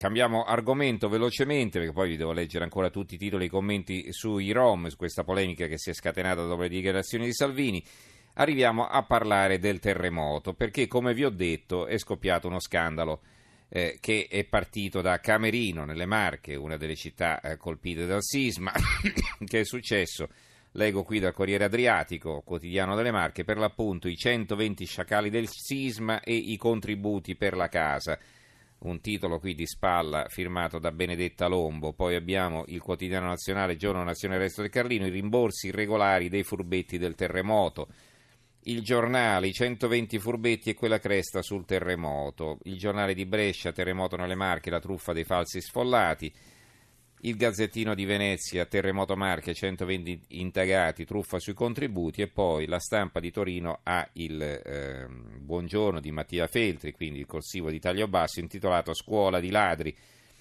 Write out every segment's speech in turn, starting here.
Cambiamo argomento velocemente, perché poi vi devo leggere ancora tutti i titoli e i commenti sui Rom, su questa polemica che si è scatenata dopo le dichiarazioni di Salvini. Arriviamo a parlare del terremoto, perché come vi ho detto è scoppiato uno scandalo che è partito da Camerino, nelle Marche, una delle città colpite dal sisma. Che è successo? Leggo qui dal Corriere Adriatico, quotidiano delle Marche, per l'appunto i 120 sciacalli del sisma e i contributi per la casa. Un titolo qui di spalla firmato da Benedetta Lombo. Poi abbiamo il Quotidiano Nazionale, Giorno Nazione, Resto del Carlino, i rimborsi irregolari dei furbetti del terremoto. Il Giornale, i 120 furbetti e quella cresta sul terremoto. Il Giornale di Brescia, terremoto nelle Marche, la truffa dei falsi sfollati. Il Gazzettino di Venezia, terremoto Marche, 120 indagati, truffa sui contributi. E poi La Stampa di Torino ha il buongiorno di Mattia Feltri, quindi il corsivo di taglio basso, intitolato Scuola di ladri.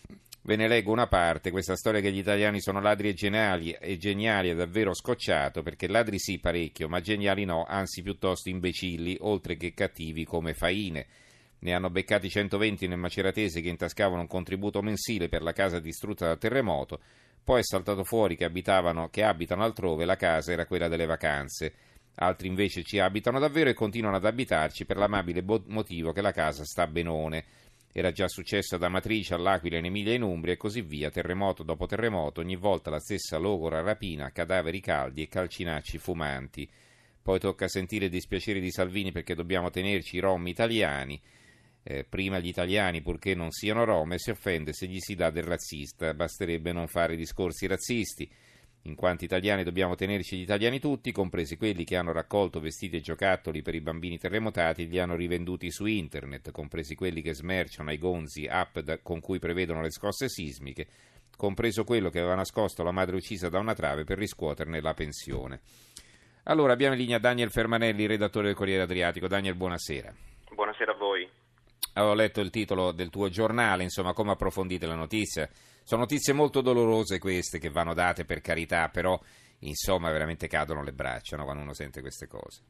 Ve ne leggo una parte. Questa storia che gli italiani sono ladri e geniali è davvero scocciato, perché ladri sì parecchio, ma geniali no, anzi piuttosto imbecilli, oltre che cattivi come Faine. Ne hanno beccati 120 nel Maceratese che intascavano un contributo mensile per la casa distrutta dal terremoto. Poi è saltato fuori che abitano altrove, la casa era quella delle vacanze. Altri invece ci abitano davvero e continuano ad abitarci per l'amabile motivo che la casa sta benone. Era già successo ad Amatrice, all'Aquila, in Emilia e in Umbria e così via, terremoto dopo terremoto, ogni volta la stessa logora rapina, cadaveri caldi e calcinacci fumanti. Poi tocca sentire il dispiacere di Salvini perché dobbiamo tenerci i rom italiani. Prima gli italiani, purché non siano rom, e si offende se gli si dà del razzista. Basterebbe non fare discorsi razzisti. In quanto italiani dobbiamo tenerci gli italiani tutti, compresi quelli che hanno raccolto vestiti e giocattoli per i bambini terremotati e li hanno rivenduti su internet, compresi quelli che smerciano ai gonzi app con cui prevedono le scosse sismiche, compreso quello che aveva nascosto la madre uccisa da una trave per riscuoterne la pensione. Allora abbiamo in linea Daniel Fermanelli, redattore del Corriere Adriatico. Daniel, buonasera. Buonasera a voi. Avevo letto il titolo del tuo giornale, insomma, come approfondite la notizia? Sono notizie molto dolorose queste, che vanno date per carità, però insomma veramente cadono le braccia, no, quando uno sente queste cose.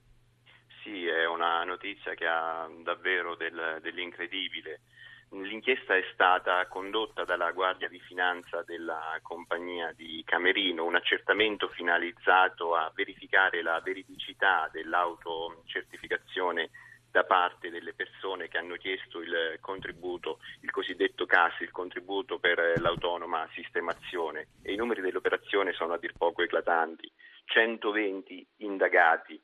Sì, è una notizia che ha davvero dell'incredibile. L'inchiesta è stata condotta dalla Guardia di Finanza della compagnia di Camerino, un accertamento finalizzato a verificare la veridicità dell'autocertificazione da parte delle persone che hanno chiesto il contributo, il cosiddetto CAS, il contributo per l'autonoma sistemazione. E i numeri dell'operazione sono a dir poco eclatanti. 120 indagati,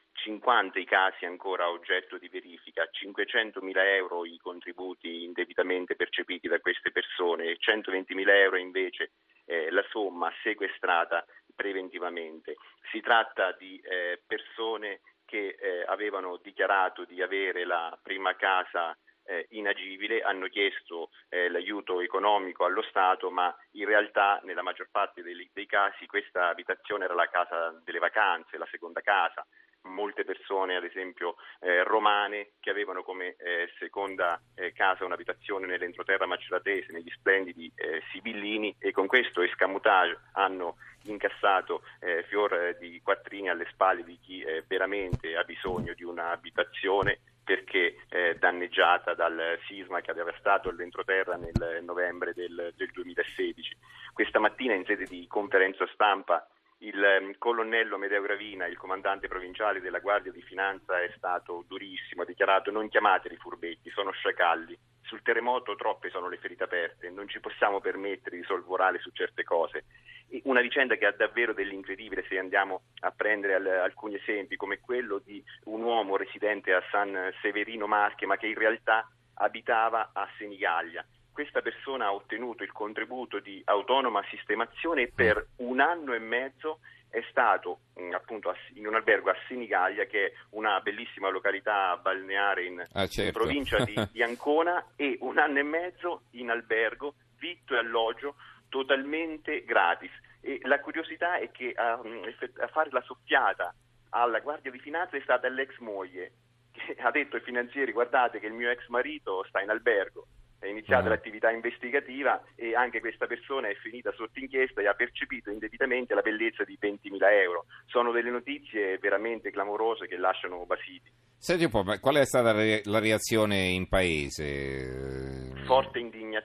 50 i casi ancora oggetto di verifica, 500.000 euro i contributi indebitamente percepiti da queste persone e 120.000 euro invece la somma sequestrata preventivamente. Si tratta di persone che avevano dichiarato di avere la prima casa inagibile, hanno chiesto l'aiuto economico allo Stato, ma in realtà nella maggior parte dei casi questa abitazione era la casa delle vacanze, la seconda casa. Molte persone, ad esempio romane, che avevano come seconda casa un'abitazione nell'entroterra maceratese, negli splendidi Sibillini, e con questo escamotage hanno incassato fior di quattrini alle spalle di chi veramente ha bisogno di un'abitazione, perché danneggiata dal sisma che ha devastato l'entroterra nel novembre del 2016. Questa mattina in sede di conferenza stampa il colonnello Amedeo Gravina, il comandante provinciale della Guardia di Finanza, è stato durissimo, ha dichiarato: non chiamateli furbetti, sono sciacalli. Sul terremoto troppe sono le ferite aperte, non ci possiamo permettere di sorvolare su certe cose. Una vicenda che ha davvero dell'incredibile se andiamo a prendere alcuni esempi, come quello di un uomo residente a San Severino Marche, ma che in realtà abitava a Senigallia. Questa persona ha ottenuto il contributo di autonoma sistemazione e per un anno e mezzo è stato appunto in un albergo a Senigallia, che è una bellissima località balneare in provincia di Ancona, e un anno e mezzo in albergo, vitto e alloggio totalmente gratis. E la curiosità è che a fare la soffiata alla Guardia di Finanza è stata l'ex moglie, che ha detto ai finanzieri: guardate che il mio ex marito sta in albergo. È iniziata l'attività investigativa e anche questa persona è finita sotto inchiesta e ha percepito indebitamente la bellezza di 20.000 euro. Sono delle notizie veramente clamorose che lasciano basiti. Senti un po', ma qual è stata la reazione in paese? Forte indignazione,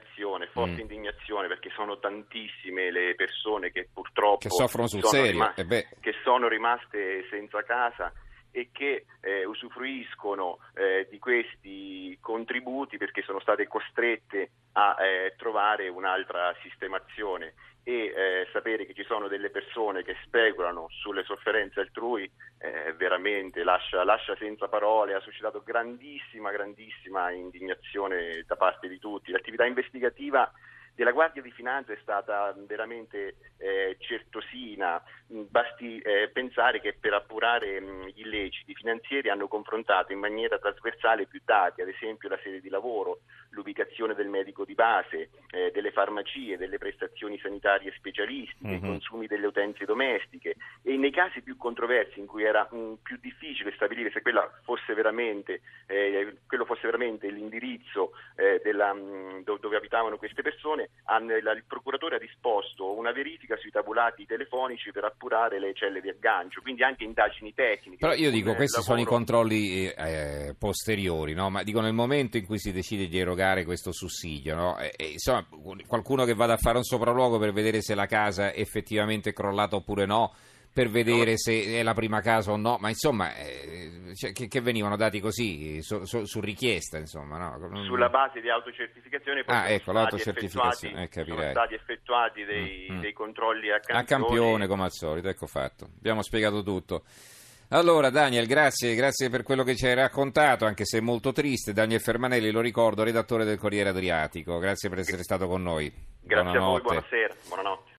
forte indignazione, perché sono tantissime le persone che purtroppo che soffrono sul serio, che sono rimaste senza casa e che usufruiscono di questi contributi perché sono state costrette a trovare un'altra sistemazione, e sapere che ci sono delle persone che speculano sulle sofferenze altrui veramente lascia senza parole. Ha suscitato grandissima indignazione da parte di tutti. L'attività investigativa della Guardia di Finanza è stata veramente certosina. Basti pensare che per appurare gli illeciti finanziari hanno confrontato in maniera trasversale più dati, ad esempio la sede di lavoro, l'ubicazione del medico di base, delle farmacie, delle prestazioni sanitarie specialistiche, i consumi delle utenze domestiche, e nei casi più controversi, in cui era più difficile stabilire se quello fosse veramente l'indirizzo dove abitavano queste persone, il procuratore ha disposto una verifica sui tabulati telefonici per appurare le celle di aggancio, quindi anche indagini tecniche. Però io dico, questi sono i controlli posteriori, no? Ma dico, nel momento in cui si decide di erogare questo sussidio, no? Insomma, qualcuno che vada a fare un sopralluogo per vedere se la casa effettivamente è crollata oppure no, per vedere se è la prima casa o no, ma insomma che venivano dati così su richiesta, insomma, no? Sulla base di autocertificazione. L'autocertificazione, sono stati effettuati dei controlli a campione, come al solito. Ecco fatto, abbiamo spiegato tutto. Allora Daniel, grazie per quello che ci hai raccontato, anche se molto triste. Daniel Fermanelli, lo ricordo, redattore del Corriere Adriatico, grazie per essere stato con noi. Grazie a voi, buonasera, buonanotte.